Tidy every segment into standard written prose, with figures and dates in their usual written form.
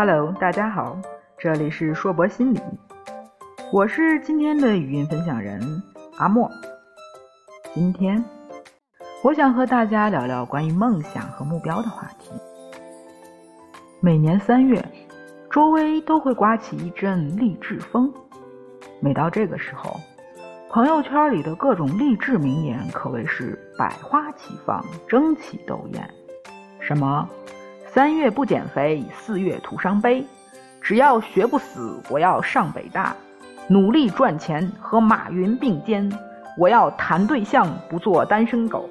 Hello， 大家好，这里是硕博心理，我是今天的语音分享人阿莫。今天我想和大家聊聊关于梦想和目标的话题。每年3月，周围都会刮起一阵励志风，每到这个时候，朋友圈里的各种励志名言可谓是百花齐放，争奇斗艳。什么3月不减肥，4月徒伤悲，只要学不死，我要上北大，努力赚钱和马云并肩，我要谈对象，不做单身狗。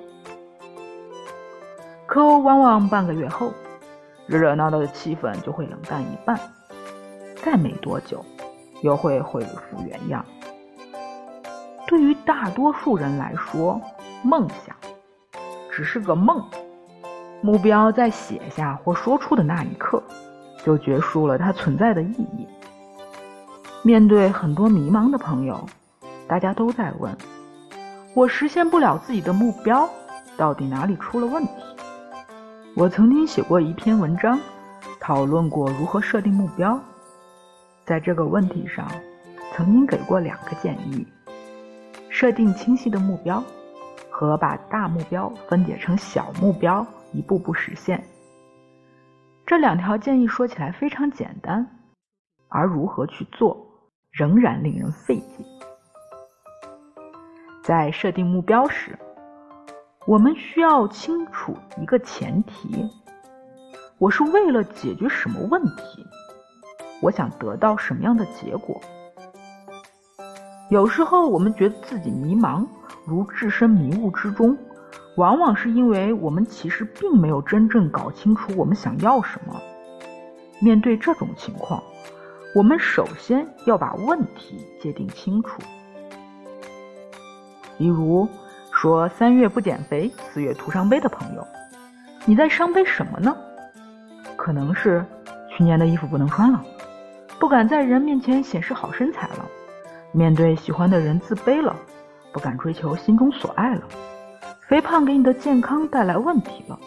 可往往半个月后，热热闹闹的气氛就会冷淡一半，再没多久又会恢复原样。对于大多数人来说，梦想只是个梦，目标在写下或说出的那一刻就结束了它存在的意义。面对很多迷茫的朋友，大家都在问，我实现不了自己的目标，到底哪里出了问题？我曾经写过一篇文章，讨论过如何设定目标。在这个问题上，曾经给过2个建议：设定清晰的目标和把大目标分解成小目标，一步步实现。这2条建议说起来非常简单，而如何去做仍然令人费解。在设定目标时，我们需要清楚一个前提：我是为了解决什么问题？我想得到什么样的结果？有时候我们觉得自己迷茫，如置身迷雾之中，往往是因为我们其实并没有真正搞清楚我们想要什么。面对这种情况，我们首先要把问题界定清楚。比如说3月不减肥，4月徒伤悲的朋友，你在伤悲什么呢？可能是去年的衣服不能穿了，不敢在人面前显示好身材了，面对喜欢的人自卑了，不敢追求心中所爱了，肥胖给你的健康带来问题了。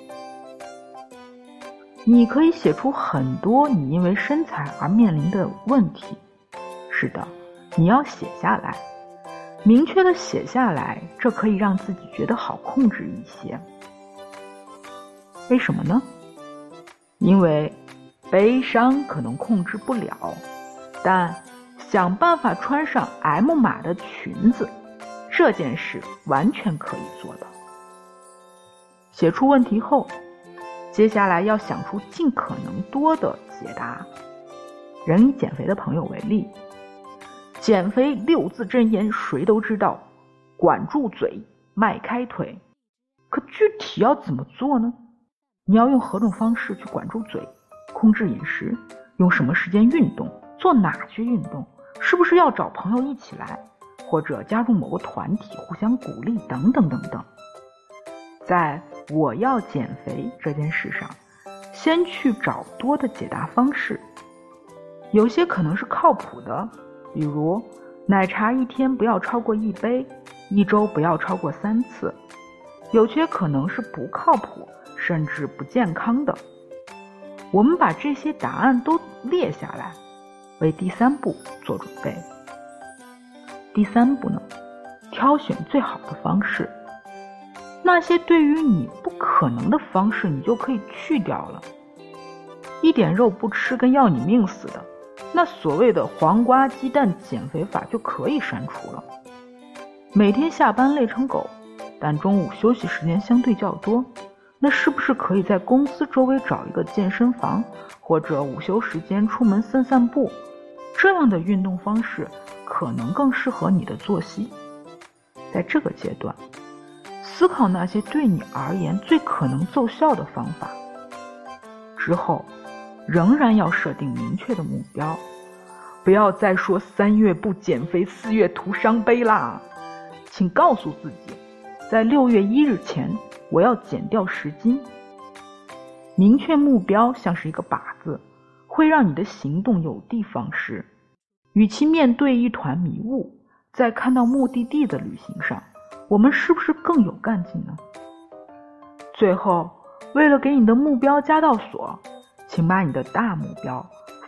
你可以写出很多你因为身材而面临的问题。是的，你要写下来，明确的写下来，这可以让自己觉得好控制一些。为什么呢？因为悲伤可能控制不了，但想办法穿上 M 码的裙子，这件事完全可以做到。写出问题后，接下来要想出尽可能多的解答。仍以减肥的朋友为例，减肥6字真言谁都知道，管住嘴，迈开腿。可具体要怎么做呢？你要用何种方式去管住嘴？控制饮食？用什么时间运动？做哪些运动？是不是要找朋友一起来？或者加入某个团体互相鼓励等等等等。在我要减肥这件事上，先去找多的解答方式。有些可能是靠谱的，比如奶茶1天不要超过1杯，1周不要超过3次。有些可能是不靠谱甚至不健康的。我们把这些答案都列下来，为第3步做准备。第3步呢，挑选最好的方式。那些对于你不可能的方式，你就可以去掉了。一点肉不吃跟要你命似的，那所谓的黄瓜鸡蛋减肥法就可以删除了。每天下班累成狗，但中午休息时间相对较多，那是不是可以在公司周围找一个健身房，或者午休时间出门散散步？这样的运动方式可能更适合你的作息。在这个阶段，思考那些对你而言最可能奏效的方法。之后仍然要设定明确的目标，不要再说3月不减肥，4月徒伤悲啦。请告诉自己，在6月1日前我要减掉10斤。明确目标像是一个靶子，会让你的行动有的放矢。与其面对一团迷雾，在看到目的地的旅行上，我们是不是更有干劲呢？最后，为了给你的目标加到锁，请把你的大目标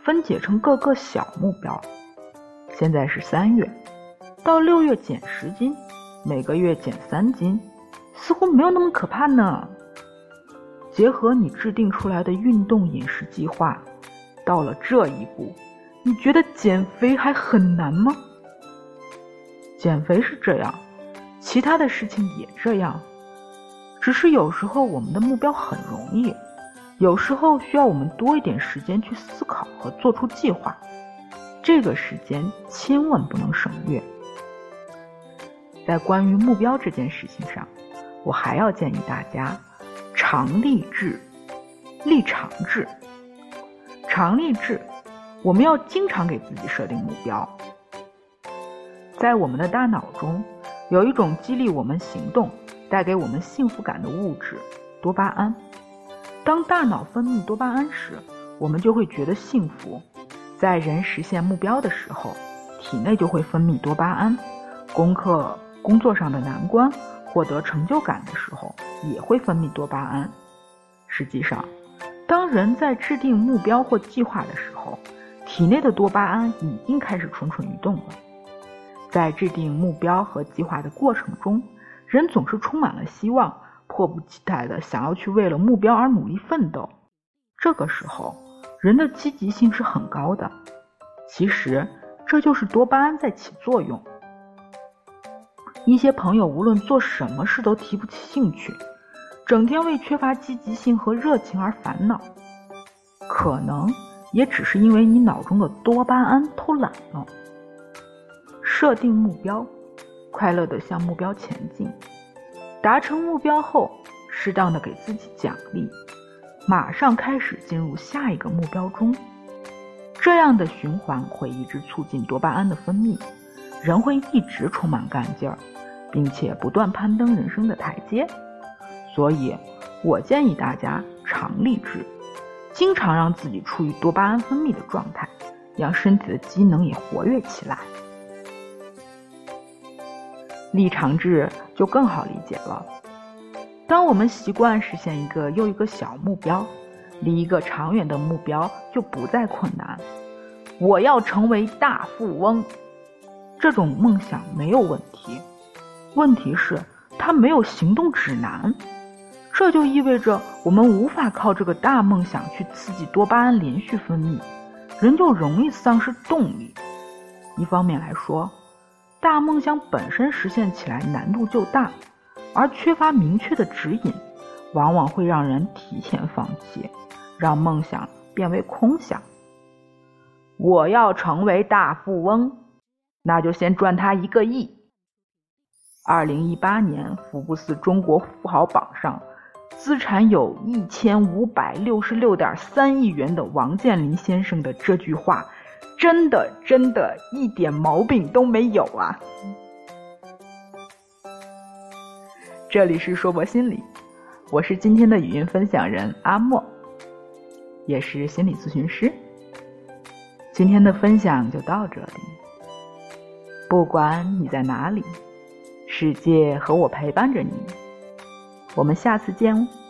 分解成各个小目标。现在是3月，到6月减10斤，每个月减3斤，似乎没有那么可怕呢。结合你制定出来的运动饮食计划，到了这一步，你觉得减肥还很难吗？减肥是这样，其他的事情也这样，只是有时候我们的目标很容易，有时候需要我们多一点时间去思考和做出计划，这个时间千万不能省略。在关于目标这件事情上，我还要建议大家常立志，立长志。常立志，我们要经常给自己设定目标。在我们的大脑中，有一种激励我们行动、带给我们幸福感的物质——多巴胺。当大脑分泌多巴胺时，我们就会觉得幸福。在人实现目标的时候，体内就会分泌多巴胺。工作上的难关，获得成就感的时候，也会分泌多巴胺。实际上，当人在制定目标或计划的时候，体内的多巴胺已经开始蠢蠢欲动了。在制定目标和计划的过程中，人总是充满了希望，迫不及待地想要去为了目标而努力奋斗。这个时候，人的积极性是很高的。其实，这就是多巴胺在起作用。一些朋友无论做什么事都提不起兴趣，整天为缺乏积极性和热情而烦恼，可能也只是因为你脑中的多巴胺偷懒了。设定目标，快乐地向目标前进，达成目标后，适当地给自己奖励，马上开始进入下一个目标中。这样的循环会一直促进多巴胺的分泌，人会一直充满干劲儿，并且不断攀登人生的台阶。所以我建议大家常立志，经常让自己处于多巴胺分泌的状态，让身体的机能也活跃起来。立长志就更好理解了。当我们习惯实现一个又一个小目标，离一个长远的目标就不再困难。我要成为大富翁，这种梦想没有问题，问题是它没有行动指南。这就意味着我们无法靠这个大梦想去刺激多巴胺连续分泌，人就容易丧失动力。一方面来说，大梦想本身实现起来难度就大，而缺乏明确的指引，往往会让人提前放弃，让梦想变为空想。我要成为大富翁，那就先赚他1个亿。2018年福布斯中国富豪榜上，资产有1566.3亿元的王健林先生的这句话，真的一点毛病都没有啊！这里是说博心理，我是今天的语音分享人阿莫，也是心理咨询师。今天的分享就到这里，不管你在哪里，世界和我陪伴着你，我们下次见哦。